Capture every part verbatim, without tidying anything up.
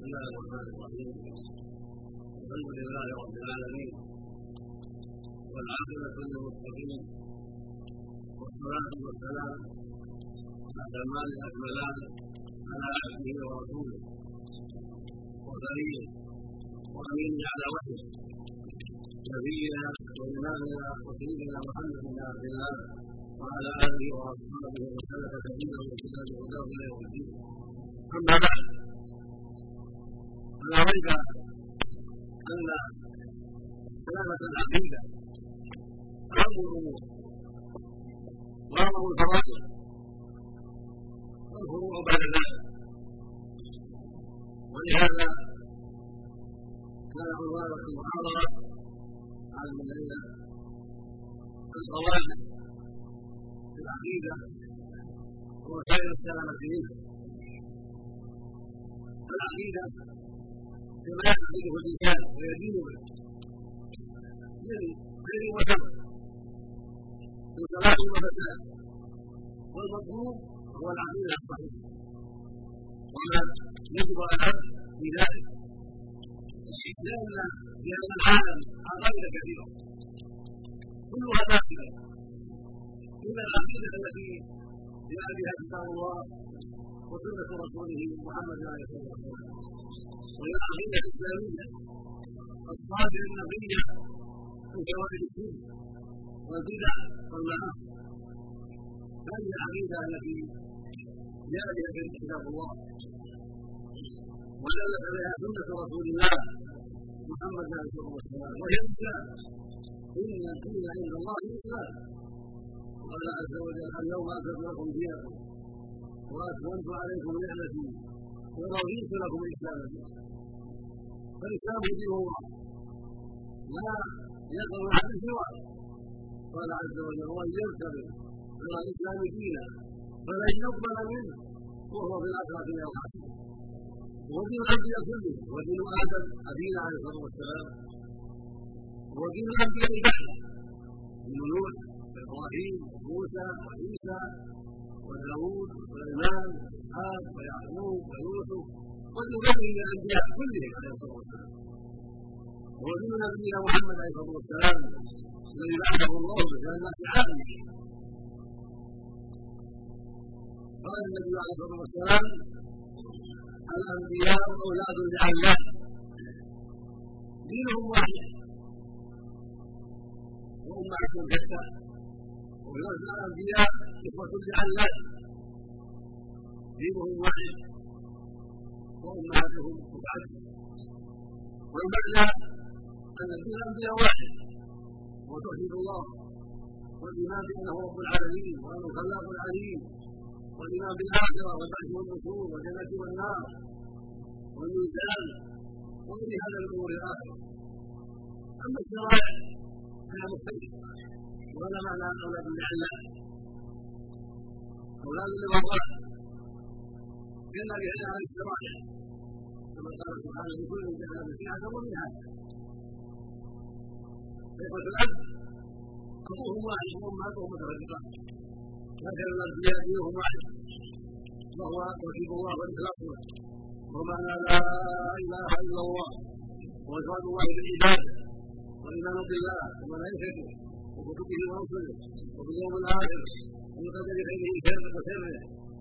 الله الرحمن الرحيم. الحمد لله رب العالمين، والعاقبة للمتقين، والصلاة والسلام الأتمان الأكملان على عبده ورسوله وخليله وأمين على وحيه نبينا وإمامنا وسيدنا محمد بن عبد الله وعلى آله وأصحابه وسلك سبيله وكتاب هداه إلى يوم الدين. أما بعد، فلا ريب أن سلامة العقيدة أهم الأمور وأعظم الفرائض، والفروع بعد ذلك. ولهذا كان عنوان المحاضرة على المدينة القواعد في العقيدة ووسائل السلامة منها. العقيدة كما يعتقده الإنسان ويدين به من خير وشر، من صلاح وفساد، والمطلوب هو العقيدة الصحيحة وما يجب على العبد في ذلك، لأن في هذا العالم عقائد كثيرة كلها باطلة إلا العقيدة التي جاء بها كتاب الله وسنة رسوله محمد عليه الصلاة والسلام، وهي العقيدة الإسلامية الصادقة النقية من شوائب الشرك والبدع والمعاصي. هذه العقيدة التي جاء بها كتاب الله ودلت عليها سنة رسول الله محمد عليه الصلاة والسلام، وهي الإسلام. إن الدين عند الله الإسلام. قال عز وجل: اليوم أكملت لكم دينكم وأتممت عليكم نعمتي ورضيت لكم الإسلام دينا. فالإسلام دين الله لا يقبل أحد سواه. قال عز وجل: ومن يرتد غير الإسلام دينا فلن يقبل منه وهو في الآخرة من الخاسرين. ودين الأنبياء كلهم، ودين آدم أبينا عليه الصلاة والسلام، ودين الأنبياء بعده، دين نوح وإبراهيم وموسى وعيسى وداود وسليمان وإسحاق ويعقوب ويوسف ودين غيرهم من الأنبياء كلهم عليه الصلاة والسلام. ودين نبينا محمد عليه الصلاة والسلام الذي بعثه الله بين الناس عامة. قال النبي عليه الصلاة والسلام: الأنبياء أولاد لعلات، دينهم واحد وأمهاتهم شتى، وأولاد الأنبياء إخوة لعلات، دينهم واحد وأمهاتهم متعددة. والمعنى أن دين الأنبياء واحد وتوحيد الله، والإيمان بأنه رب العالمين وأنه خلاق العليم، والإيمان بالآخرة والبعث والنشور والجنة والنار والميزان وغير هذا من أمور الآخرة. أما الشرائع فهي مختلفة، وهذا معنى أولاد لعلات، أولاد للغرات، كما بهذه هذه الشرائع كما قال سبحانه: لكل جعلنا شريعة ومنهاجا. فإخوة الأب أبوهم واحد وأمهاتهم متفرقات، لكن الأنبياء دينهم واحد وهو توحيد الله والإخلاص له، ومعنى لا إله إلا الله وإفراد الله بالعبادة والإيمان بالله وملائكته وكتبه ورسله وباليوم الآخر وبقدر خيره شره وشره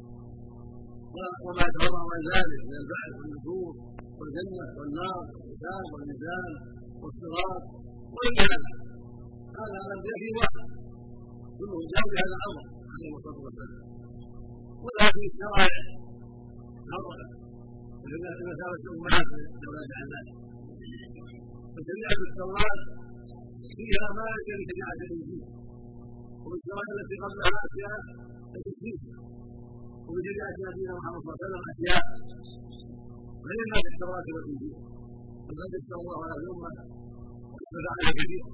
وما تفرع عن ذلك من البعث والنشور والجنة والنار والحساب والميزان والصراط وغير هذا. هذا الأنبياء في واحد كلهم جاءوا بهذا الأمر عليه الصلاة والسلام. وهذه الشرائع فرعا بمثابة أمهات لأولاد الناس. فشريعة التوراة فيها ما ليس لشريعة الإنجيل، والشرائع التي قبلها أشياء ليست فيها، وبشريعة نبينا محمد صلى الله عليه وسلم أشياء غير ما في التوراة والإنجيل، وقد يسر الله على الأمة وأسبق عليها كثيرا.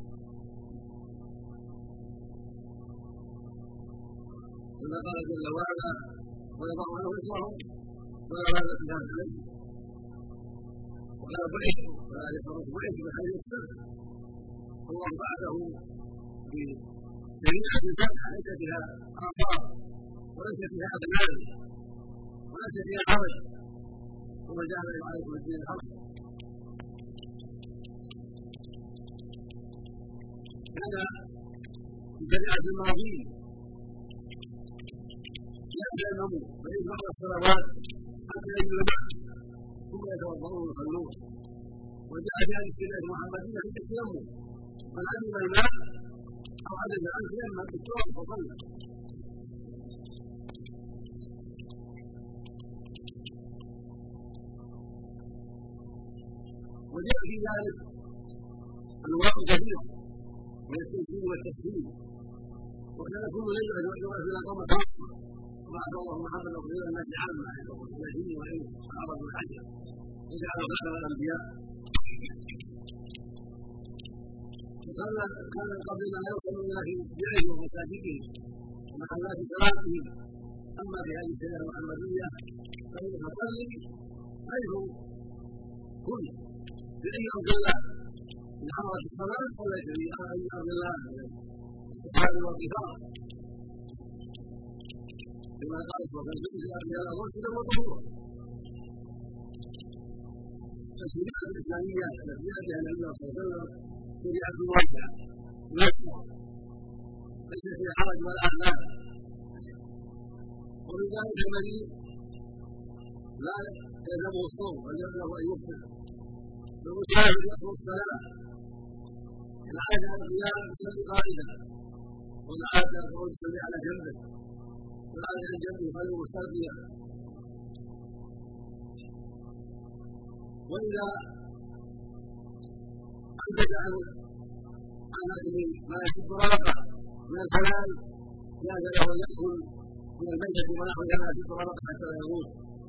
كما قال جل وعلا: ويضع عنه إصرهم والأغلال التي كانت عليه. وقال: بعثت وقال عليه الصلاة والسلام: بعثت بخير السنة. الله بعثه بشريعة سمحة ليس فيها آثار وليس فيها أغلال وليس فيها حرج، وجعل عليكم الدين الحق. كان في شريعة الماضين يتيمموا فيجمعوا الصلوات حتى يجمعوا ثم يتوضؤون ويصلون. وجاء في هذه الشريعة المحمدية عند التيمم من عدم الماء أو عدم أن تيمم بالتراب فصلى. وجاء في ذلك انواع كثيره من التيسير والتسهيل، وكان كل ليله يدعو الى قوم خاصه وعد الله محمد رسول الناس عامه عليه الصلاه والسلام الجن والانس والعرب والعجم وجعل خاتم الانبياء. وكان كان قبلنا يوصل الى في بيعهم ومساجدهم ومحلات صلاتهم. اما في هذه الشريعه المحمديه فانك تصلي حيث كنت في أي أرض الله إن حضرت الصلاة صليت في أي أرض الله الصحاب والكفار كما قال صلى الله عليه وسلم إلى مسجدا وطهورا. الشريعة الإسلامية التي أتاها النبي صلى الله عليه وسلم شريعة واسعة ميسرة ليس فيها حرج ولا أغلال. ومن ذلك المريض لا يلزمه الصوم بل له أن يفطر. والمسافر يصوم الصلاة إن عاد على القيام يصلي قائدا، وإن عاد على الخروج يصلي على جنبه، وإن عاد عن جنبه يصلي مستلقيا. وإذا أمسك عن عن أكل ما يشد رمقه من الحلال جاز له أن يأكل من الميتة ونحوها ما يشد رمقه حتى لا يموت.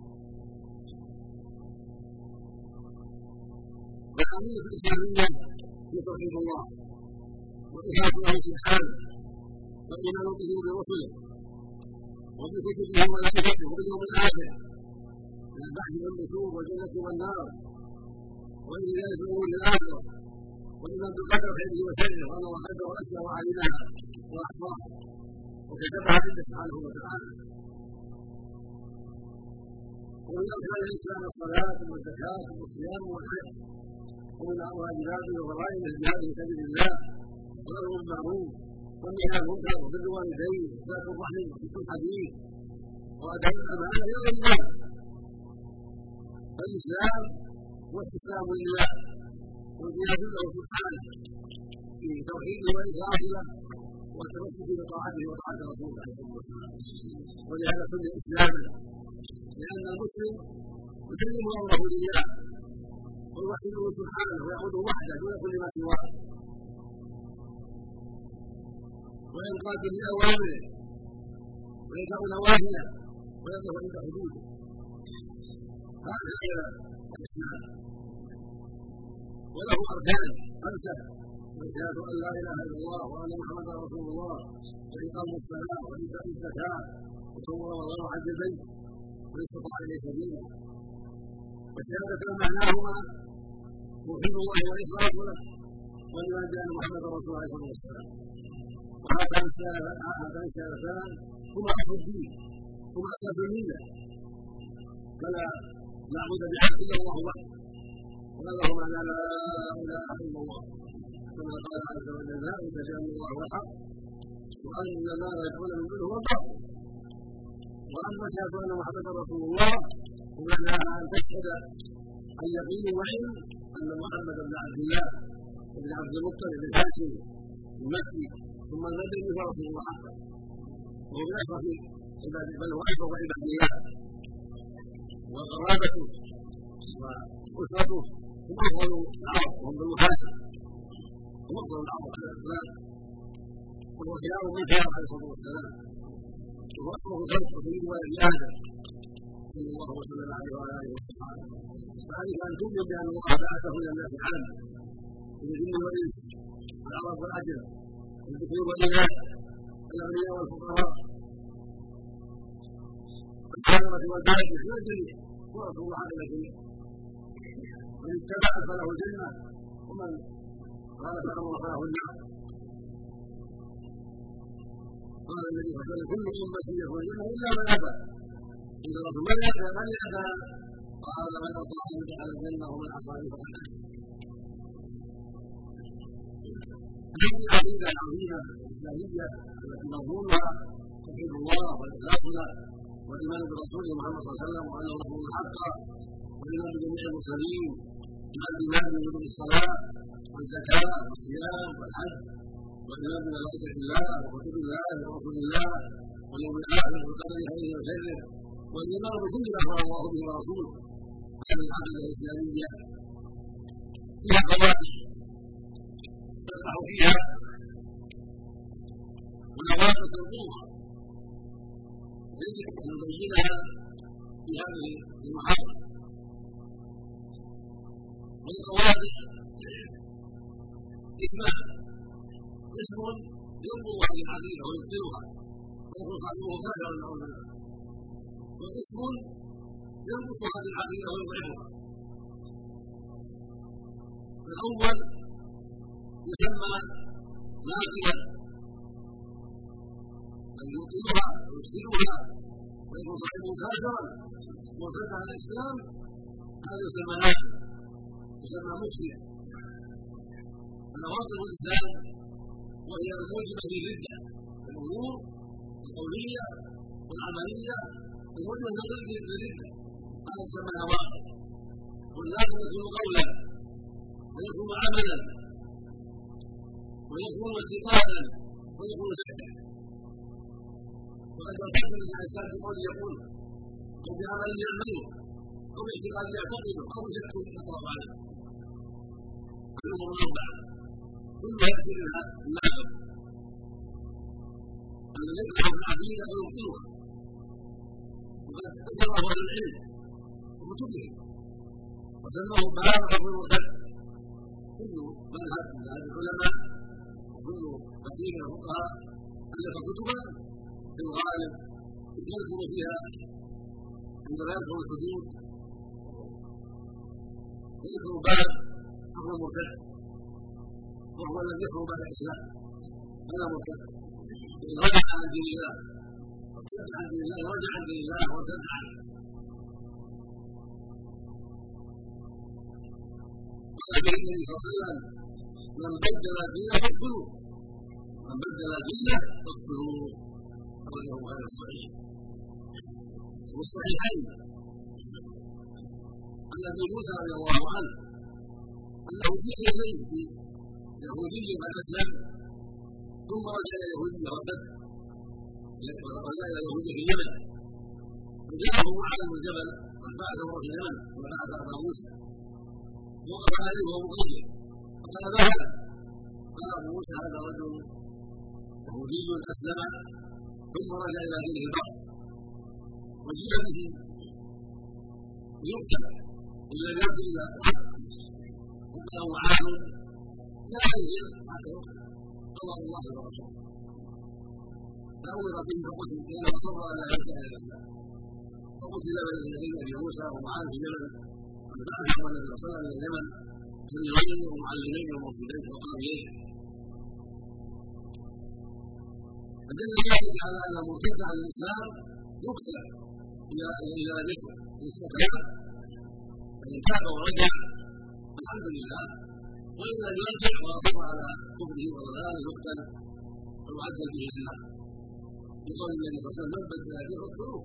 والعقيدة الإسلامية هي توحيد الله وإخلاص له سبحانه والإيمان به برسله وبكتبه وملائكته وباليوم الآخر من البحث والنشور والجنة والنار وغير ذلك من أمور الآخرة والإيمان بالقدر خيره وشره وأن الله قدر الأشياء وعلمها وأحصاها وكتبها عنده سبحانه وتعالى. ومن أركان الإسلام الصلاة والزكاة والصيام والحج، ومن واجباته وفرائضه الجهاد في سبيل الله والامر بالمعروف والنهي عن المنكر وبر الوالدين وصلة الرحم وصدق الحديث واداء الامانه الى غير ذلك. فالاسلام هو استسلام لله والقيام له سبحانه في توحيده والاخلاص له والتمسك بطاعته وطاعه رسوله عليه الصلاه والسلام. ولهذا سمي اسلاما لان المسلم يسلم امره لله ويوحده سبحانه ويعبده وحده دون كل ما سواه وينقاد باوامره ويدع نواهيه ويقف عند حدوده. هذا غير الاسلام وله اركان خمسه: وشهاده ان لا اله الا الله وان محمدا رسول الله واقام الصلاه وايتاء الزكاه وصوم رمضان وحج البيت ومن استطاع اليه سبيلا. والشهادتان معناهما توحيد الله والاخلاص له والايمان بان محمدا رسول الله صلى الله عليه وسلم. وهاتان الشهادتان هما اصل الدين هما اساس المله، فلا معبود بحق الا الله وحده وهذا هو معنى لا اله الا الله كما قال عز وجل: ذلك بان الله هو الحق وان ما يدعون من دونه هو الباطل. واما شهاده ان محمدا رسول الله ومعناها ان تشهد عن يقين وعلم ان محمدا بن عبد الله بن عبد المطلب الهاشمي المكي ثم المدني هو رسول الله حقا، وهو من اشرف عباد بل هو اشرف عباد الله، وقرابته واسرته هم افضل العرب وهم بنو هاشم هم افضل العرب على الاطلاق، وهو خيار من خيار عليه الصلاه والسلام، وهو اشرف الخلق وسيد ولد ادم صلى الله وسلم عليه وعلى اله وصحبه. فعليك ان تؤمن بان الله بعثه الى الناس عامه من الجن والانس والعرب والعجم والذكور والاناث الاغنياء والفقراء والحارة والبادية لا الجميع، هو رسول الله على الجميع. من اتبعه فله الجنه ومن قال فامر فله النار. قال النبي صلى الله عليه وسلم: كل امتي يدخل الجنه الا من ابى. اذا رسول من يأبى من يأبى قال من اطاعني دخل الجنه ومن عصاني فقد هذه العقيده العظيمه الاسلاميه التي مضمونها توحيد الله والاخلاص له والايمان برسوله محمد صلى الله عليه وسلم وانه رسول الحق والايمان بجميع المرسلين مع الايمان بوجوب الصلاه والزكاه والصيام والحج والايمان بملائكه الله وكتب الله ورسل الله واليوم الاخر والقدر خيره وشره والايمان بكل ما اخبر الله به ورسوله. هذه العقيده الاسلاميه فيها قواعد تقع فيها ونواقض تنقضها يجب ان نبينها في هذه المحاضره. والقواعد اما اسم ينقض هذه العقيده ويبطلها ويكون صاحبه كافرا نعوذ بالله، واسم ينقص هذه العقيده ويضعفها. الاول يسمى ناقلا ان يبطلها ويفسدها ويكون صاحبه كافرا مرتد عن الاسلام، هذا يسمى ناقل يسمى مفسدا. فنواقض الاسلام وهي الموجبه للرده، الامور القوليه والعمليه الموجبه للرده، هذا يسمى نواقض. والناقل يكون قولا ويكون عملا ويكون اعتقادا ويكون شكا. وقد يرتد الانسان الاسلام في قول يقول او بعمل يعمله او باعتقاد يعتقده او بشك يطلق عليه. الامور الاربعه كلها ياتي منها الناقض الذي يقع في العقيده ويبطلها. وقد ذكره اهل العلم وكتبهم وسماه باب قبل المرتد. كل مذهب من هذه العلماء وكل فقيه من الفقهاء الف كتبا في الغالب يذكر فيها عندما يذكر الحدود يذكر باب حكم المرتد وهو الذي يكفر بعد الاسلام فلا مرتد ان رجع عن دين الله وارتد عن دين الله رجع عن دين الله وارتد عنه. قال به النبي صلى الله عليه وسلم من بدل دينه فاقتلوه، من بدل دينه فاقتلوه، أخرجه البخاري في الصحيح. والصحيحين عن ابي موسى رضي الله عنه انه جيء اليه بيهودي قد اسلم ثم رجع الى يهودي وارتد، رجع الى يهودي في اليمن فجاءه معاذ بن جبل قد بعثه في اليمن وبعث ابا موسى وقف عليه وهو مقيم فقال ما هذا؟ قال ابو موسى هذا رجل يهودي اسلم ثم رجع الى دينه الباطل وجيء به ليقتل الا يرد الى الحق وقال معاذ لا ينزل حتى يقتل قضاء الله ورسوله فامر به فقتل لانه اصر على يرجع الى الاسلام فقتل بين يدي ابي موسى ومعاذ في اليمن قد بعث النبي صلى الله عليه وسلم الى اليمن سميعين ومعلمين ومرشدين وقاضيين. فدل ذلك على ان المرتد عن الاسلام يقتل الى الى ان يكفر ان استتاب فان تاب ورجع الحمد لله، وان لم يرجع واصر على كفره وضلاله يقتل ويعذب به في النار بقول النبي صلى الله عليه وسلم من بدل دينه فاقتلوه.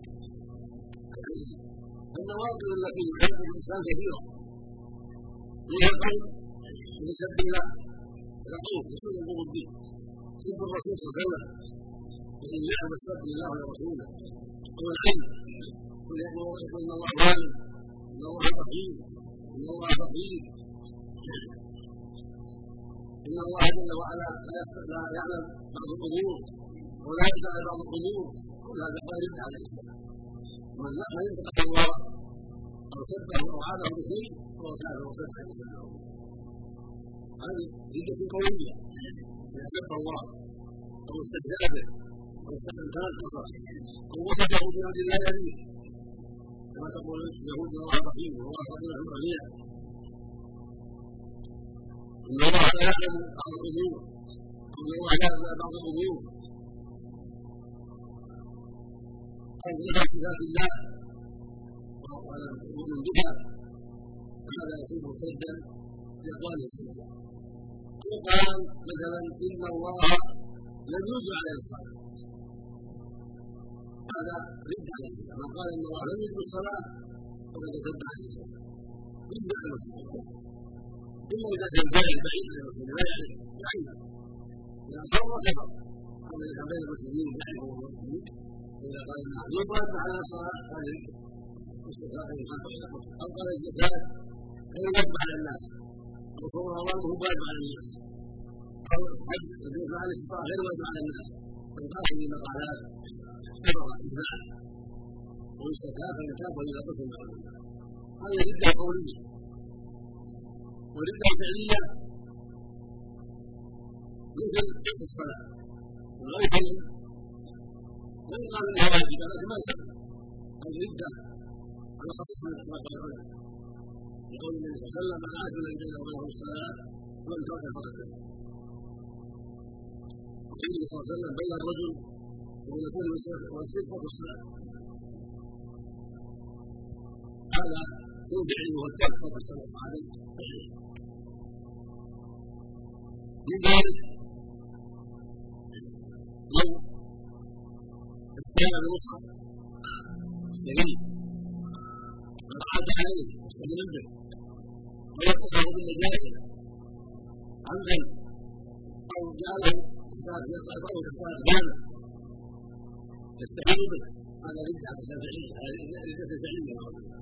النواقض التي يحب الانسان كثيره منها القول بسب الله يقول يسوء امور الدين سب الرسول صلى الله عليه وسلم وان يعبد سب الله ورسوله او العلم ويقول ان الله عالم ان الله بخيل ان الله بخيل ان الله جل وعلا لا يعلم بعض الامور ولا يدعى بعض الامور، كل هذا لا يدعى على الاسلام. ومن لا ينتقص الله او سبه او عاده بشيء فهو كافر وارتد عن الاسلام. هذه ردة قوية اذا سب الله او استهزأ به او تنقص او وصفه بوجه لا يليه كما تقول اليهود ان الله بخيل والله فضيله غنيه. ان الله لا يعلم بعض الامور ان الله يعلم بعض الامور او نفى صفات الله ولم يؤمن بها هذا يكون مرتدا لاقوال السنه. او قال مثلا ان الله لم يوجب عليه الصلاه، هذا رد عليه الصلاه. من قال ان الله لم يوجب الصلاه فقد ارتد عليه الصلاه، رد على المسلمين. الا اذا كان جاهل بعيد عن المسلمين لا يعرف يعلم، اذا صار كفر. اما اذا كان بين المسلمين يعرف المسلمين اذا قال انه يقال على الصلاه هذه او قال الزكاه غير واجب على الناس، او صوم رمضان هو واجب على الناس، او الحج الذي مع الاستطاعه غير واجب على الناس، فقال في مقالات كبر اجماع والزكاه فالكافر اذا قتل معلوم. هذه رده قوليه. ورده فعليه مثل قتل الصلاه والغيث وان قال انها واجبه لكن ما سبب هذه رده على خص من اطلاق العلماء يقول النبي صلى الله عليه وسلم العهد الذي بينه وبينهم الصلاه ومن ترك فقد كفر. وقال النبي صلى الله عليه وسلم بين الرجل وبين كل والشرك ترك الصلاه، هذا في فعله والترك ترك الصلاه عليه. لذلك لو استمع بالمصحف جميل وقعد عليه وينبه ويتصل بالنجاسه عمدا او جعله او كفاره جامع يستعين به، هذا رد على الشافعيه، هذه رده فعليه.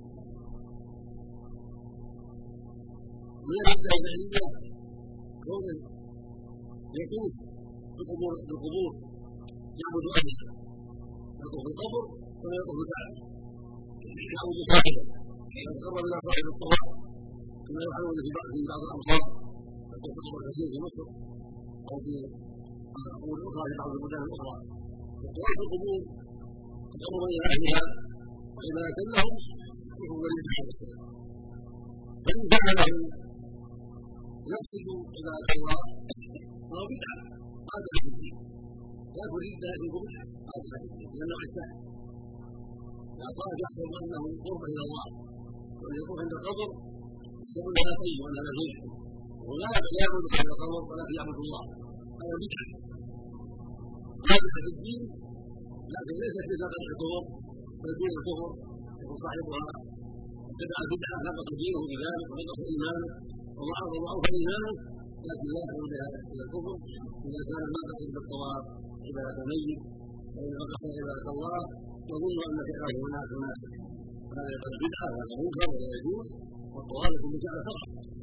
من الرده الفعليه كونه يطوف بالقبور بالقبور يعبد اهلها، يطوف القبر ثم يطوف الكعبه يعبد صاحبه ويتقرب الى صاحب الطواف كما يفعلون في بعض في بعض الامصار، يطوف القبر كثير في مصر او في القبور الاخرى في بعض البلدان الاخرى. الطواف بالقبور تقرب الى اهلها وعباده لهم يكون ولي الصلاه، فان فعله يقصد عباده الله فهو بدعه قادحه في الدين، يكون رده في القبح قادحه في الدين لانه اجتهد. لا قال يحسب انه قرب الى الله وان يقوم عند القبر يحسب انها طيب وانها نزول ولا يعبد صاحب القبر ولكن يعبد الله، هذا بدعه قادحه في الدين، لكن ليست كتابه القبور بل دون الكفر يكون صاحبها ابتدع بدعه نقص دينه بذلك ونقص ايمانه وضعف ضعف ايمانه، لكن لا يكون بها الى الكفر اذا كان ما قصد بالطواف عباده ميت، فان قصد عباده الله يظن ان فعله هناك مناسب، هذا يقال بدعه وهذا منكر ولا يجوز، والطواف يكون بدعه فقط.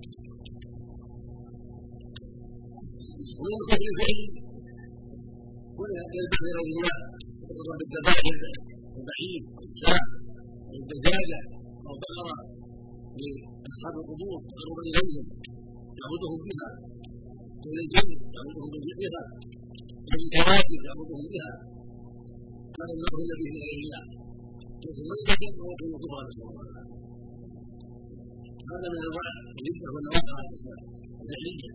ومن الكفر الفعلي هنا يلبس غير الله يتقرب بالذبائح البعيد والشاة والدجاجه او بقره لاصحاب القبور تقربا اليهم يعبدهم بها، كالجن يعبدهم بجهدها، كالكواكب يعبدهم بها، هذا النوع الذي فيه غير الله يكون ميتة ويكون كفرا نسأل الله العافية. هذا من انواع الردة والنواقع على الاسلام الفعلية.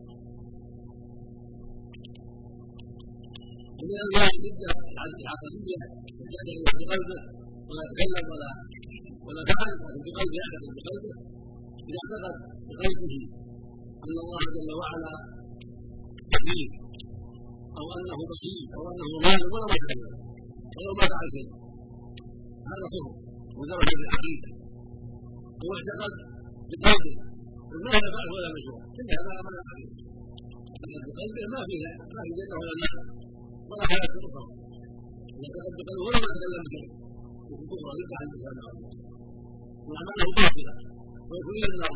ومن انواع الردة العقدية التي يعتقد بقلبه ولا يتكلم ولا ولا فعل، لكن بقلبه يعتقد بقلبه، اذا اعتقد بقلبه ان الله جل وعلا قدير او انه بصير او انه مال ولا ما يتكلم ولو ما فعل شيء، هذا كفر مجرد بالعقيده. او اعتقد بقلبه ما يفعل ولا مشروع، كل هذا ما يعقيده، اعتقد بقلبه ما فيها ما في جنه ولا نار ولا حياه اخرى، اعتقد بقلبه ولا ما يتكلم بشيء يكون كفرا يدعى عن الانسان واعماله باطله ويكون الى النار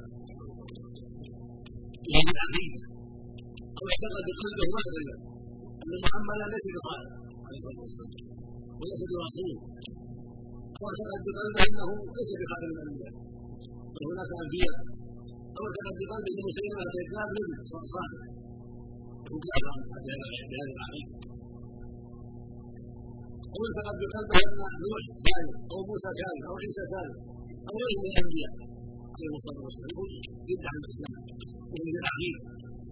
بهذه العقيده. او اعتقد بقلبه ما تكلم ان محمدا ليس بصالح عليه الصلاه والسلام وليس برسول، او اعتقد بقلبه انه ليس بخاتم الانبياء بل هناك انبياء، او اعتقد بقلبه ان مسيلمه الكذاب نبي صالح يكون كافرا بهذه العقيده. او اعتقد بقلبه ان نوح كان او موسى كان او عيسى كان او غيره من الانبياء عليه الصلاه والسلام يكون يدعي الاسلام وهي العقيده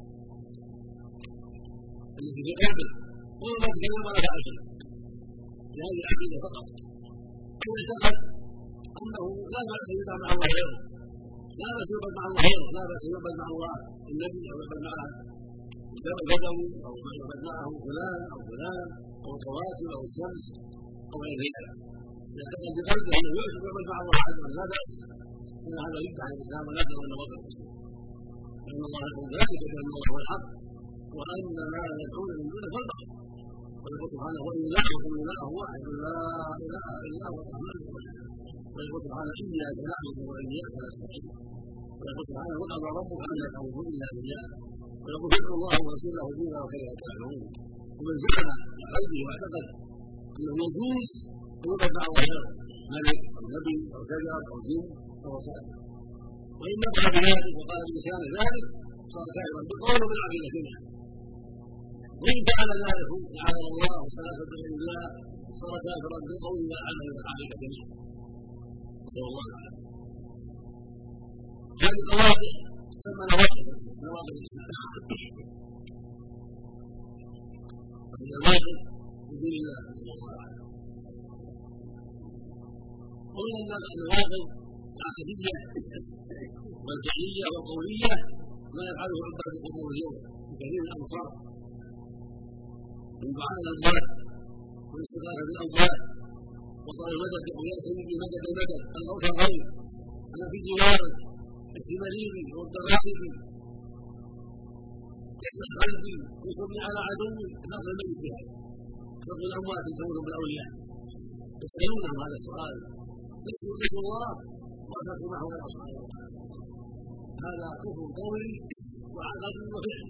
التي في قلبه وهو ما تكلم ولا فعل شيء بهذه العقيده فقط. او اعتقد انه لا باس ان يدع مع الله غيره، لا باس يعبد مع الله غيره، لا باس يعبد مع الله النبي او يعبد معه البدوي او يعبد معه فلان او فلان او الكواكب او الشمس او غير ذلك. اذا كان بقلبه انه يعبد مع الله عز وجل لا باس، ان هذا يدعى عن الاسلام ولا يدعو ان وضع المسلم، لان الله يقول ذلك بان الله هو الحق وان ما يدعون من دونه هو الباطل. ويقول سبحانه وان الهكم اله واحد لا اله الا هو الرحمن الرحيم. ويقول سبحانه اياك نعبد واياك نستعين. ويقول سبحانه وقضى ربك ان لا تعبدوا الا اياه. ويقول ادعوا الله ورسوله دينا وكيف تعلمون. ومن زعم قلبه واعتقد انه يجوز ان يعبد مع الله غيره ملك او نبي او شجر او جن او كافر، وان نفع بذلك وقال الانسان ذلك صار كافرا بقوله من عقيدته، وإن فعل ذلك جعل الله صلاة بغير الله صار كافرا بقول لا عمل بالعقيدة جميعا. نسأل الله العافية. هذه القواعد تسمى نواقض نواقض الإسلام، وهي نواقض بدين الله نسأل الله العافية. قلنا أن النواقض العقدية والفعلية والقولية ما يفعله عباد القبور اليوم بكثير من الأمصار من دعاء الأموات والاستغاثة بالأموات وطلب المدد بقياسهم بمدد المدد الغوث الغيب أنا في جوارك اشف مريضي والتغافل اشرح قلبي وانصرني على عدوي ناظر الميت بها ناظر الأموات يسألون بالأولياء يسألونهم هذا السؤال نسأل الله وأتركوا معه غير سبحانه وتعالى. هذا كفر قولي وعقد وفعل.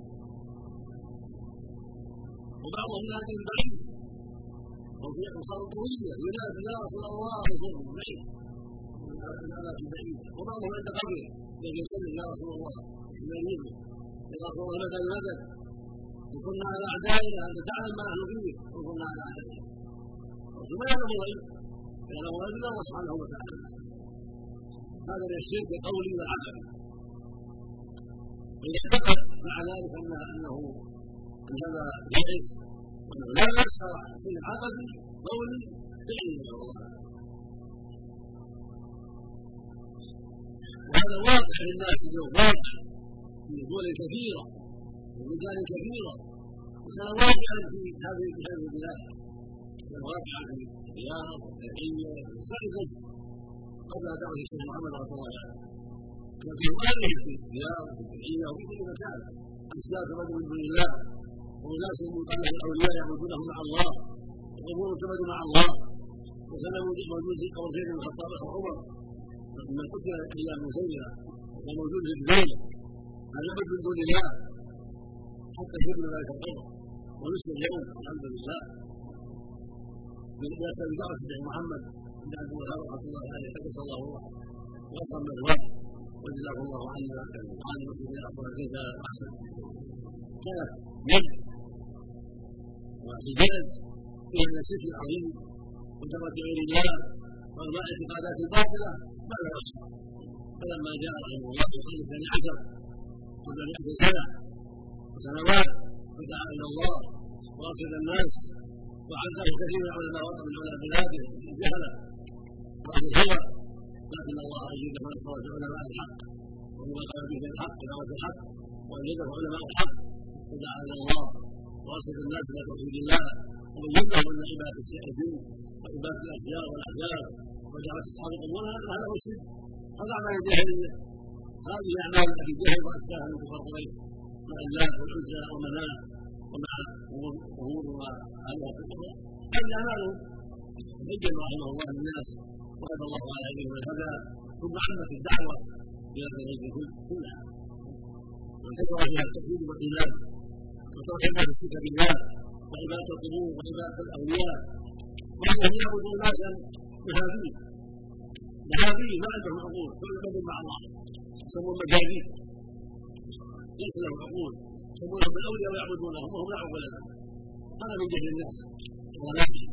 وبعضهم نادي بعيد وفي اقصار طويله ينادي يا رسول الله يصوم بعيد انا في بعيد، وبعضهم عند قبره الذي يسلم يا رسول الله يميزه يا رسول الله مدى المدد ان كنا على اعدائنا انت تعلم ما نحن فيه ان كنا على اعدائنا. الرسول ما يعلم الغيب يعلم الغيب الا الله سبحانه وتعالى. هذا من الشرك القولي والعقلي. إذا اعتقد مع ذلك انه ان هذا جائز وانه لا يفسر في عقدي قولي فعلي من الله. وهذا واقع للناس اليوم، واقع في دول كثيره وبلدان كثيره، وكان واقعا في هذه البلاد، كان واقعا في الرياض والتعليميه وسائر الناس قبل دعوه الشيخ محمد رحمه الله تعالى. كان في مؤلف في الرياض وفي التعليميه وفي كل مكان اشياء رجل من دون الله وناس من قبل الاولياء يعبدونهم مع الله وقبور تعبد مع الله. وكان موجود في قبر زيد بن الخطاب وعمر لما قتل ايام مسيره وكان موجود في البيت هذا يعبد من دون الله حتى شرب ذلك القبر ونسل اليوم الحمد لله. من الناس بدعوه الشيخ محمد بن عبد الوهاب رحمه الله عليه قدس الله روحه وقام الوقت وجزاه الله عنا وعن المسلمين افضل الجزاء واحسن. كانت يد وحجاز فيه من الشرك العظيم وترك غير الله وانواع الاعتقادات الباطله ما لا يحصى. فلما جاء رحمه الله في القرن الثاني عشر قبل مئة سنه وسنوات فدعا الى الله وارشد الناس وعزه كثير من علماء وطن من علماء بلاده الجهله واهل الهوى، لكن الله اجده ونصره علماء الحق وما قال به الحق دعوه الحق واجده علماء الحق فدعا الى الله وارشد الناس الى توحيد الله وبين لهم ان عباده الدين وعباده الاشجار والاحجار وجعلت اصحاب القبور هذا هو الشرك، هذا اعمال الجاهليه. هذه اعمال ابي جهل واشباهه من كفار قريش مع اللات والعزى ومناه ومع امور وآلهة القبور، هذه اعمالهم. بين رحمه الله للناس وهدى الله على ايديهم الهدى ثم عمت الدعوه الى الغيب كلها وانتشر فيها التوحيد والايمان وترك الناس الشرك بالله وعباده القبور وعباده الاولياء وانهم يعبدون ناسا مهابين مهابين ما عندهم عقول كل مع الله يسمون مجانين ليس لهم عقول يسمونهم بالاولياء ويعبدونهم وهم لا عقول لهم. هذا من جهل الناس ولكن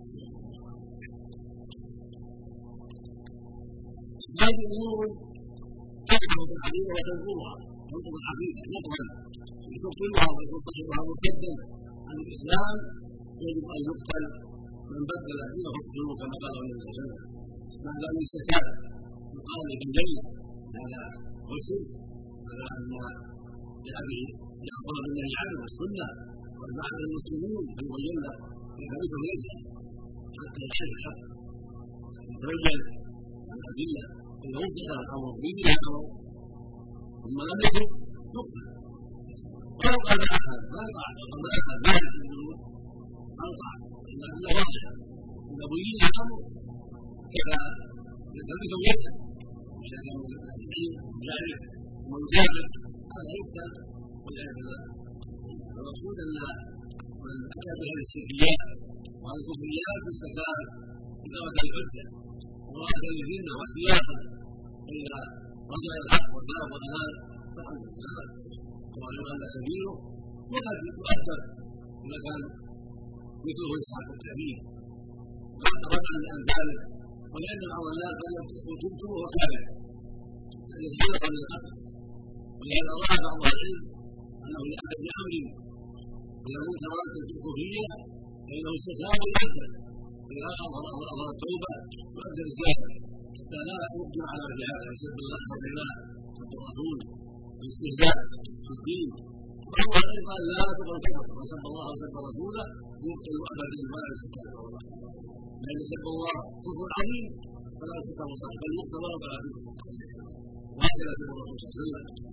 هذه امور تظهر في العقيده وتنظرها تنظر العقيده نظرا تبطلها ويكون صاحبها مرتدا عن الاسلام يجب ان يقتل من بدل دينه يقتله كما قال النبي صلى الله عليه وسلم. بعد ان يستتاب يقال بالجنه هذا هو الشرك هذا ان لابي يخبر بالله عنه والسنه والبعث للمسلمين ان الجنه يثبت ليس حتى يشهد الحق يتبين الادله ان وجد الامر به امر ثم لم يكن يقبل ولو قال احد ما يقع قبل احد ما يقبل ما يقع الا انه واضح اذا بين الامر كذا يثبت ليس بشكل من العلم يعرف ويتابع هذا يقتل والعياذ بالله. المقصود ان من اتى بهذه الشركيات وهذه الكفريات استفاد بقوه الحجه وراء الذين واحتياطا فاذا رجع الحق والباب والغلال فالحمد لله ويغلى سبيله وقد يؤثر اذا كان مثله اسحاق الكبير رجعا عن ذلك ولان بعض الناس قد يكون تبت وهو كافر يزيد قبل القتل ولهذا راى بعض العلم انه لاحد امر اذا منكرات الكفريه فانه استتاب ويؤثر اذا اظهر التوبه يؤثر الزياده حتى لا يقدم على رجعها يسب الله بالله سب الرسول والاستهزاء في الدين وهو قال لا تقل كفر وسب الله وسب رسوله يقتل ابدا ما يسب الله لان سب الله كفر عظيم فلا يسب الله بل يقتل ولا يسب وهكذا سب الرسول صلى الله عليه وسلم.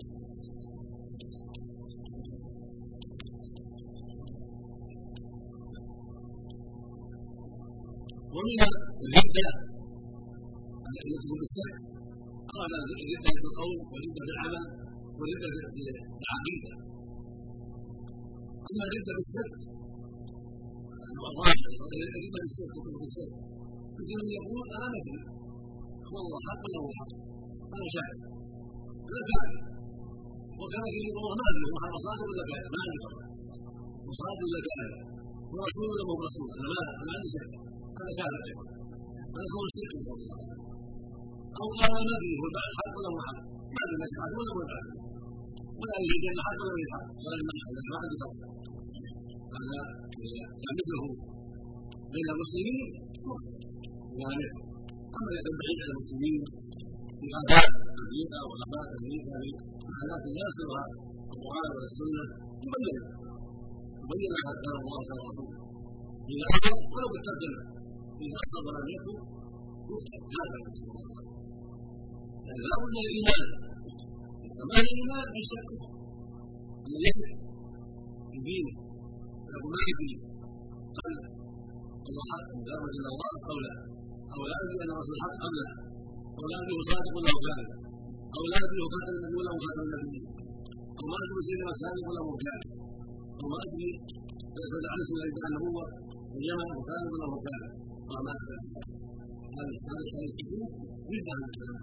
ومن الردة التي يدخل بالسحر قال الردة في القول والردة في العمل والردة في العقيدة. أما الردة في السحر الرابع الردة في السحر تكون في السحر يمكن أن يقول أنا مثلي والله حق له حق أنا شاعر أنا كافر وكان يقول الله ما أدري محمد صادق ولا كافر ما أدري وصادق ولا كافر ورسول ولا مو رسول أنا ما أنا عندي شك هذا كافر أيضا هذا هو الشرك أو قال ما أدري هو بعد حق ولا مو حق ما أدري ماشي حق ولا مو حق ولا أدري جنة حق ولا مو حق قال ما أدري ما عندي فرق هذا يعمله بين المسلمين يعني أما إذا بعيد عن المسلمين في غابات أمريكا وغابات أمريكا بحالات ياسرها القرآن والسنة يبين يبين هذا كلام الله تعالى ورسوله إذا أصدر ولو بالترجمة إذا أصدر لم يكن يصدر هذا يعني لا بد من الإيمان كمال الإيمان في شك الذي في دينه يقول ما يدري قال الله حق مجرد إلا الله قوله أو لا يدري أن رسول الحق قبله أو لا يدري صادق ولا كاذب أو لا يدري خاتم النبي ولا خاتم النبي أو ما أدري سيدنا كاذب ولا مرتاب أو ما أدري سيد عنس ولا يدعي النبوة واليمن وكاذب ولا مرتاب وما أدري هذا هذا السلوك يدعى عن الكلام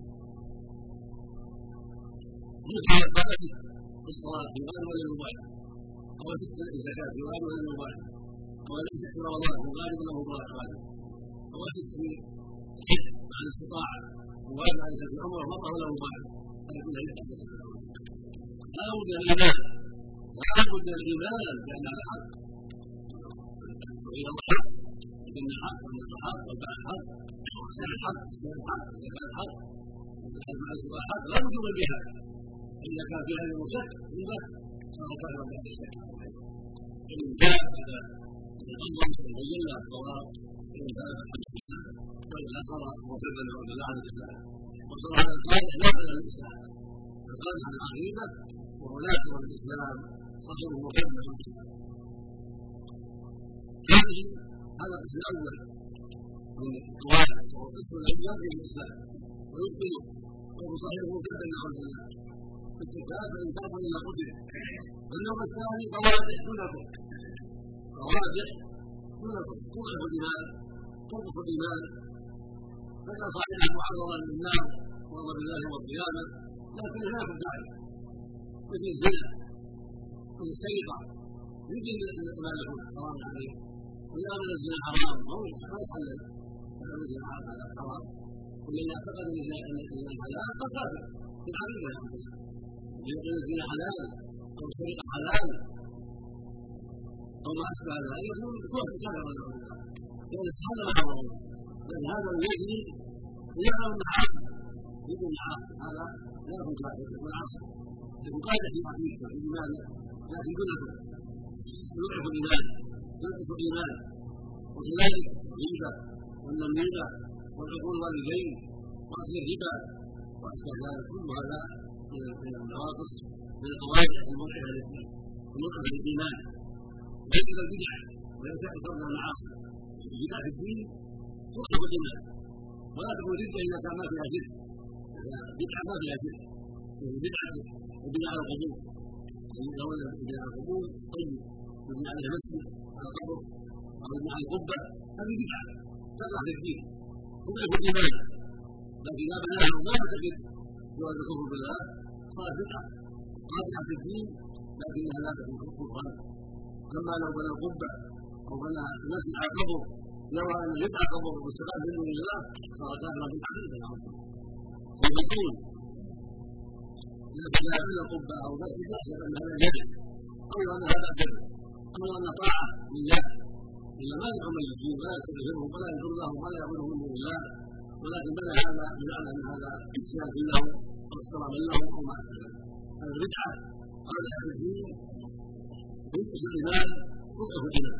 يدعى القادة في الصلاة في غير ولا المباح أو في الزكاة في غير ولا المباح أو ليس في رمضان وغالب له مبارك غالب أو في الحج مع الاستطاعة وغالب عن سبيل الأمر مرة ولا مبارك هذا كله يدعى لا بد من الإيمان لا بد من الإيمان بأن هذا حق وإلى الله حق إن الحق وأن الحق وبعد الحق وسائر الحق وسائر الحق إذا كان الحق الحق لا وجوب بها إذا كان في هذه المشك يبقى صار طائرا بهذا الشك إن جاء إذا تنظم وبين له الصواب إن كان الحمد لله وإلا صار مرتدا نعوذ بالله عن الإسلام وصار هذا القائد ناقلا عن الإسلام القائد عن العقيدة وهو ناقل عن الإسلام صار مرتدا عن الإسلام. هذه هذا القسم الأول من القواعد وهو القسم الأول من الإسلام ويمكن وهو صحيح مرتدا نعوذ بالله الاتفاق فإن تاب إلى قتل. والنوع الثاني قواعد دونكم قواعد دونكم توقف الإيمان تنقص الإيمان فكان صحيحا معرضا للنار وغضب الله والقيامة لكن هناك داعي مثل الزنا مثل السرقة يمكن ما يكون حرام عليه وإذا من الزنا حرام ما يتحلل فإن الزنا حرام ومن اعتقد أن الزنا حلال فكافر في العقيدة يقول الزنا حلال أو السرقة حلال أو ما أشبه ذلك يكون كفر كافر لأن استحل ما حرم لكن هذا يجري يعلم المعاصي يكون العاصي هذا لا يكون كافر يكون عاصي لكن قاعدة في عقيدته في إيمانه لكن دونه يضعف الإيمان ينقص الإيمان وكذلك الغيبة والنميمة والعقول والوالدين وأكل الربا وأشبه ذلك كل هذا من النواقص من القواعد الموقعة التي توقف الإيمان ويجب البدع وينفع فرض المعاصي البدع في الدين توقف الإيمان ولا تكون ردة إذا كان ما فيها شرك بدعة ما فيها شرك بدعة وبناء على القبور أولا بناء على القبور طيب وبناء على مسجد على قبر أو بناء على قبة هذه بدعة تقع في الدين توقف الإيمان لكن لا بناها وما يعتقد جواز الكفر بالله صارت بدعة قاطعة في الدين لكنها لا تكون كفرا كما لو بنى قبة أو بنى مسجد على قبر يرى أن يدعى قبر واستقام منه لله صار كافرا بالعقيدة ويقول لكن لا بنى قبة أو مسجد يحسب أن هذا جدل أو أن هذا جدل أو أن طاعة لله إلا ما يدعو من الدين ولا يستغفرهم ولا يغفر لهم ولا يعبدهم من دون الله ولكن بنى هذا بمعنى أن هذا إفساد له أو احترام له أو ما أشبه البدعة قادحة في الدين ينقص الإيمان يضعف الإيمان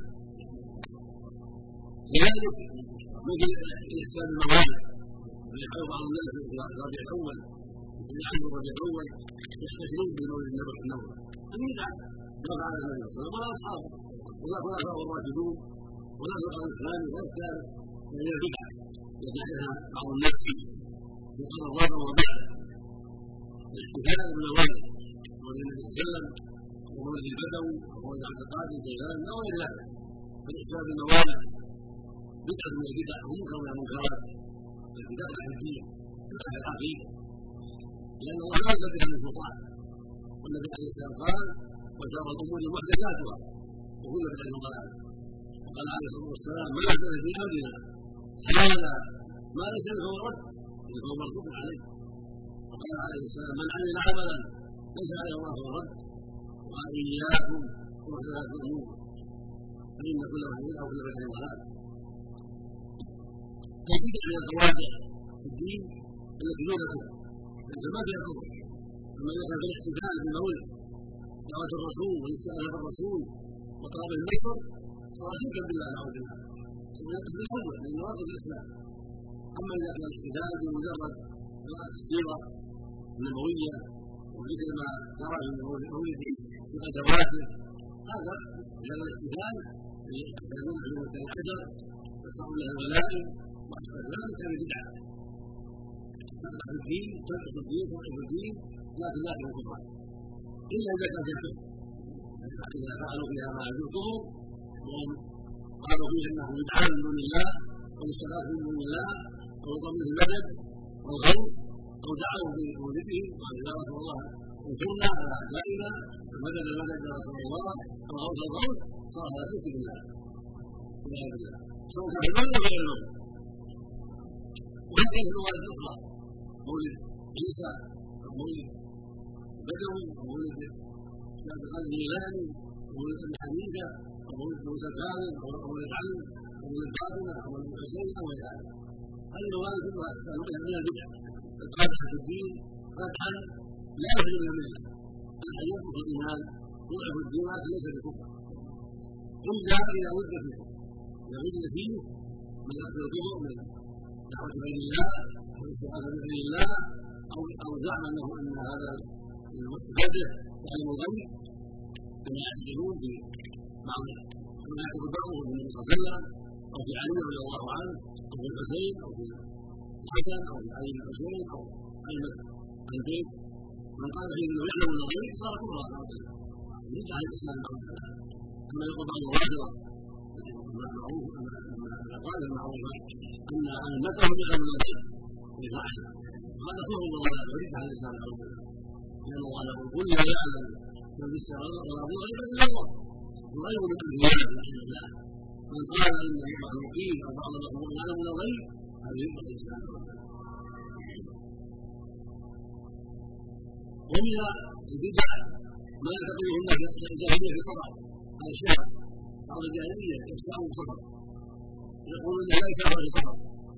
كذلك مثل إحسان الموالد ويحاول بعض الناس في الربيع الأول في عنه الربيع الأول يستشرون بمولد النبي صلى الله عليه وسلم بدعة ما فعل النبي صلى الله عليه وسلم ولا أصحابه ولا خلفاء الراشدون ولا القرآن الثاني ولا الثالث من البدعة يدعيها بعض الناس في قرن الرابع وبعده الاحتفال بالموالد مولد النبي صلى الله عليه وسلم ومولد البدوي ومولد عبد القادر جيلان أو غير ذلك فالاحتفال بالموالد بدعة من البدع ومنكر من المنكرات التي تقع في الدين تقع في العقيدة لأن الله نزل بها المخلوقات والنبي عليه السلام قال وشر الأمور محدثاتها وكل بدعة ضلالة وقال عليه الصلاة والسلام ما أحدث في أمرنا هذا ما ليس له رد فهو مردود عليه وقال عليه السلام من عمل عملا ليس عليه الله رد وقال إياكم محدثات الأمور فإن كل محدث أو كل بدعة ضلالة فالبدع من القواعد في الدين التي دون كفر ليس ما فيها كفر اما اذا كان بالاحتفال بالمولد دعوه الرسول والاستئذان الرسول وطلب النصر صار شركا بالله نعوذ بالله ثم يقصد الحجه من نواقض الاسلام اما اذا كان الاحتفال بمجرد قراءه السيره النبويه وذكر ما جرى من مولده في غزواته هذا هذا الاحتفال يحتاجون علومه الحجر يصنعون لها الغنائم لا كان بدعة تقع في الدين تقع في الدين تقع في الدين لكن لا تكون كفرا إلا إذا كان في الكفر إذا فعلوا فيها ما يجوزهم وهم قالوا فيه أنه بدعة من دون الله أو الصلاة من دون الله أو ضمن المدد أو الغوث أو دعوا بمولده قالوا يا رسول الله انصرنا على أعدائنا المدد المدد يا رسول الله أو غوث الغوث صار هذا شرك بالله والعياذ بالله سواء كان في المولد أو غير المولد وهذه الموالد الأخرى مولد عيسى أو مولد بدوي أو مولد عبد القادر الجيلاني أو مولد أبي حنيفة أو مولد موسى الكاظم أو مولد علي أو مولد فاطمة أو مولد الحسين أو غير ذلك هذه الموالد كلها من البدع القادحة في الدين قدحا لا يخرج من الملة قدحا يضعف الإيمان يضعف الدين لكن ليس بكفر إلا إذا وجد فيه إذا وجد فيه من أخذ الكفر من دعوة غير الله والاستغاثة بغير الله أو أو زعم أنه أن هذا المتبدع يعلم الغيب كما يعتقدون في بعض كما يعتقد بعضهم في النبي صلى الله عليه وسلم أو في علي رضي الله عنه أو في الحسين أو في الحسن أو في علي بن الحسين أو أئمة البيت من قال فيه أنه يعلم الغيب صار كفرا يرجع عن الإسلام كما يقول بعض الرافضة المعروف قال المعروف ان ائمتهم يعلمون الغيب بفعل هذا كفر وضلال وليس على الاسلام نعوذ بالله لان الله يقول قل لا يعلم من في السماوات والارض الغيب الا الله الغيب من الانبياء والعياذ بالله من قال ان المخلوقين او بعض المخلوقين يعلمون الغيب هذا يدخل الاسلام ومن البدع ما يعتقده الناس الجاهليه في الصبر على الشهر بعض الجاهليه يشفعون الصبر يقولون لا يشفع في الصبر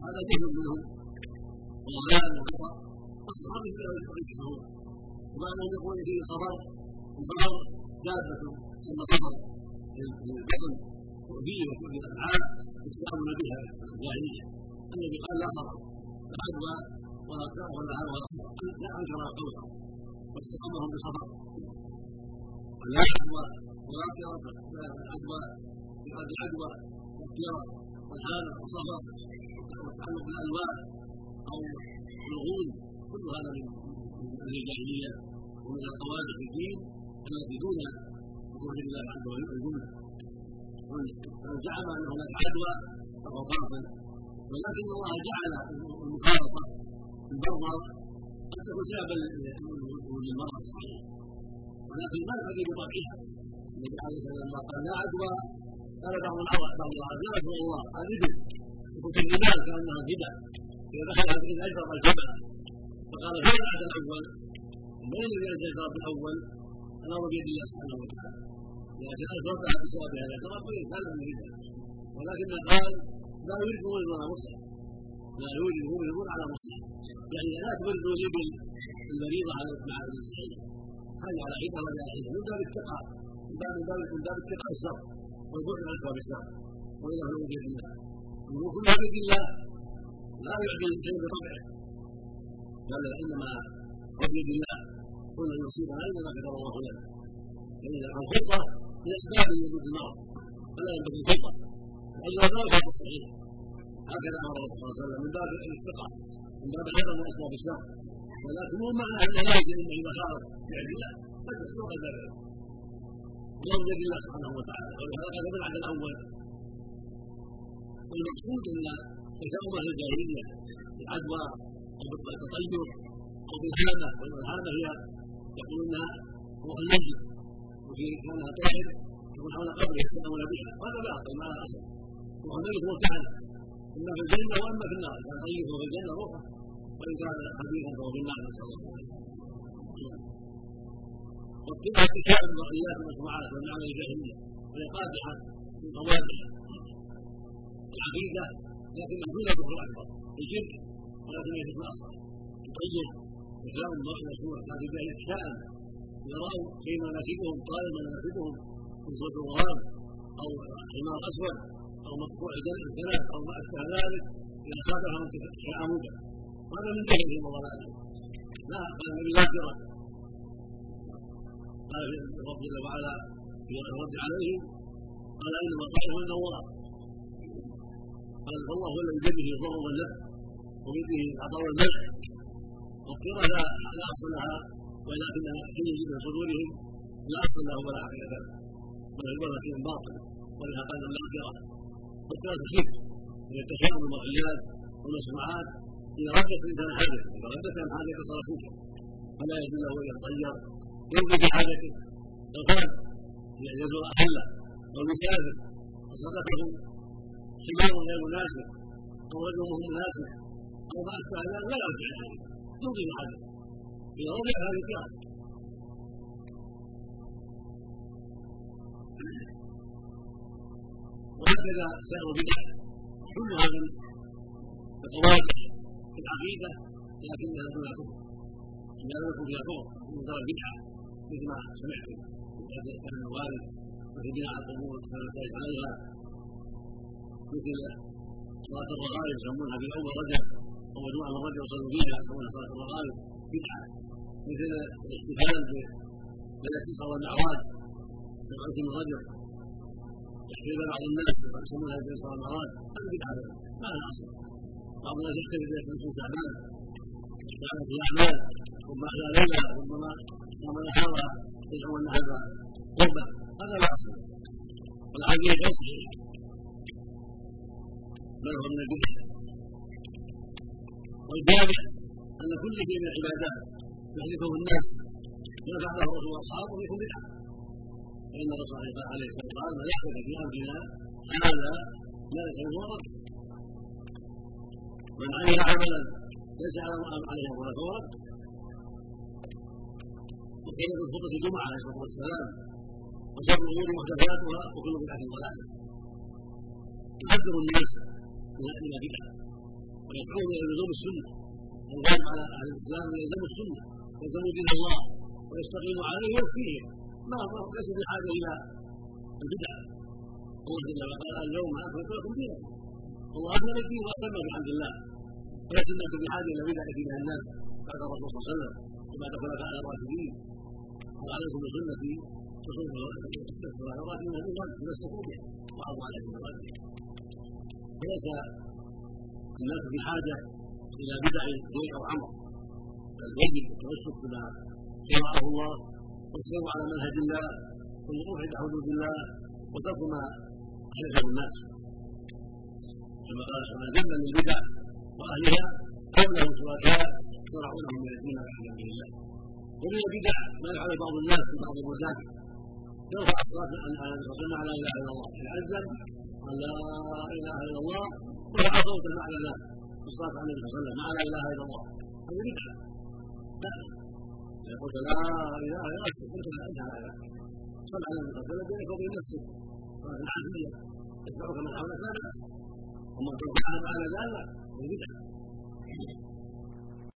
هذا جهل منهم وضلال وخطأ. الصحابة لا يفقهون وبعد أن يقول فيه صبر الصبر دابة ثم صبر للبطن وفيه وكل الأفعال يستعمل بها الجاهلية. النبي قال لا صبر العدوى ولا لا أنكر قوله واستقامهم بصبر ولا عدوى ولا عدوى في هذه العدوى والطيرة والحالة والصبر والتعلق بالألوان أو الغول كل هذا من الجاهلية ومن القواعد في الدين التي دون وجود الله عز وجل الجملة. من زعم أن هناك عدوى فهو باطل، ولكن الله جعل المخالطة بالبرصة قد تكون سببا لوجود المرض الصحيح، ولكن ما الحديث بطبيعها. النبي عليه الصلاة والسلام قال لا عدوى، قال بعض العرب بعض العرب يا رسول الله الإبل يكون في الجبال كأنها الجبل إذا دخلت في الأجر الجبل، فقال هل بعد الأول من الذي أنزل الشراب الأول؟ الأمر بيد الله سبحانه وتعالى، لكن أثبتها بسبب هذا الشراب كان من يده، ولكن قال لا يريد مولد ولا مصلح، لا يريد مولد على مصلح، يعني لا تبردوا الإبل المريضة على مع الصحيح، هذه على عيدها ولا عيدها من باب التقى، من باب من باب التقى الشر والبعد عن أسباب الشر، وإلى هو بيد الله. ومن كل بيد الله لا يعدي الشيء بطبعه، قال إنما هو بيد الله، كل من يصيبها إنما كتب الله له. يعني الخطة من أسباب وجود المرض، فلا ينبغي الخطة، وإلا لا يفعل الصحيح. هكذا أمر الله صلى الله عليه وسلم من باب الثقة، من باب الحذر من أسباب الشر، ولكن مو معنى أن لا يجب أن يخالف بعد الله، بل تسلوك ذلك وهو بيد الله سبحانه وتعالى. ولهذا بالعهد الأول والمقصود أن تشاؤم أهل الجاهلية بالعدوى أو بالتطير أو بالهامة، والهامة هي يقولونها هو النجم، وفي كانها طائر يكون حول قبره يستمعون بها، وهذا باطل ما لا أصل، وهو النجم مرتعد إما في الجنة وإما في النار، كان طيب هو في الجنة روحه، وإن كان حبيبا فهو في النار، نسأل الله عليه. والطبع اتشاء البقيات والمشروعات والمعنى الجاهلية وهي قادحة من قوادح العقيدة، لكن محدودة بالكفر الأكبر الشرك، ولكن ليست من أصغر. الطيب تشاؤم مشروع هذه به اتشاء يروا شيء مناسبهم قال مناسبهم من صوت الغرام أو حمار أسود أو مقطوع الكلام أو ما أشبه ذلك، إذا صادفهم تشاءموا به، وهذا من جهلهم وضلالهم. لا قال النبي لا ترى، قال رب جل وعلا في الرد عليهم قال انما طائرهم عند الله، قال الله هو الذي بيده الضر والنفع وبيده العطاء والمنع، والقرى لا اصل لها ولكنها حين يجب من صدورهم لا اصل له ولا حقيقه له، بل عباره شيء باطل، ولها قال لا قرى. والقرى تشرك من التشاؤم والمغريات والمسموعات اذا ردت الانسان حاجه، اذا ردت عن حاجه صار شركا، فلا يجوز له ان يتطير يمضي بحاجته الفرد يزور أهله والمسافر وصدقه حمار غير مناسب أو رجل وهو مناسب أو ما أشبه ذلك ولا يرجع عليه يمضي بحاجته إذا رجع هذه كرام. وهكذا سائر البدع كلها من القواعد في العقيدة لكنها دون كفر، لا يكون فيها كفر من دار البدعة مثل ما سمعتم كان الوارد وفي بناء القبور كان السائل عليها، مثل صلاة الرغائب يسمونها في أول رجب أو جمعة من رجب يصلوا فيها يسمونها صلاة الرغائب بدعة، مثل الاحتفال بليلة الإسراء والمعراج سبعة من رجب يحتفل بعض الناس يسمونها ليلة الإسراء والمعراج، هذه بدعة ما لها أصل. بعض الناس يحتفل بليلة نصف شعبان كانت في أعمال ربما أحلى ليلة ربما صام نهارها يزعم أن هذا قربة، هذا لا أصل، والعقيدة غير صحيحة بل هو من البدع. والجامع أن كل شيء من العبادات يحدثه الناس ما فعله الرسول وأصحابه يكون بدعة، فإن الرسول عليه الصلاة والسلام قال من يحدث في أمرنا هذا ما ليس منه رد، من عمل عملا ليس عليه أمرنا فهو رد. وقيل في خطبة الجمعة عليه الصلاة والسلام وشر الأمور محدثاتها وكل بدعة ضلالة، يحذر الناس من البدع ويدعون الى لزوم السنه والواجب على اهل الاسلام ان يلزموا السنه ويلزموا دين الله ويستقيموا عليه ويكفيهم ما ليس بحاجه الى البدع. الله جل وعلا اليوم اكملت لكم دينكم والله اكمل الدين واتمه الحمد لله وليس الناس بحاجه الى بدع فيها الناس بعد الرسول صلى الله عليه وسلم وبعد خلفاء الراشدين. وعليكم بسنتي وسنه الخلفاء الراشدين تمسكوا بها وعضوا على دين وليس الناس بحاجه الى بدع زيد او عمر بل يجب التمسك بما شرعه الله والسير على منهج الله والوقوف عند حدود الله وترك ما خالفه الناس كما قال كما ذم من البدع واهلها كونهم شركاء شرعونهم من احكام الله. ومن البدع ما يفعل بعض الناس في بعض المساجد يرفع الصلاه عن الرسول على لا اله الا الله يعزم قال لا اله الا الله ورفع صوته مع ذلك الصلاه على النبي صلى الله عليه وسلم مع لا اله الا الله هذه بدعه. لا اذا قلت لا اله الا الله قلت لا اله الا الله صل على النبي صلى الله عليه وسلم بينك وبين نفسك صلاه العافيه يتبعك من حولك لا باس ومن تفعل على ذلك هي بدعه.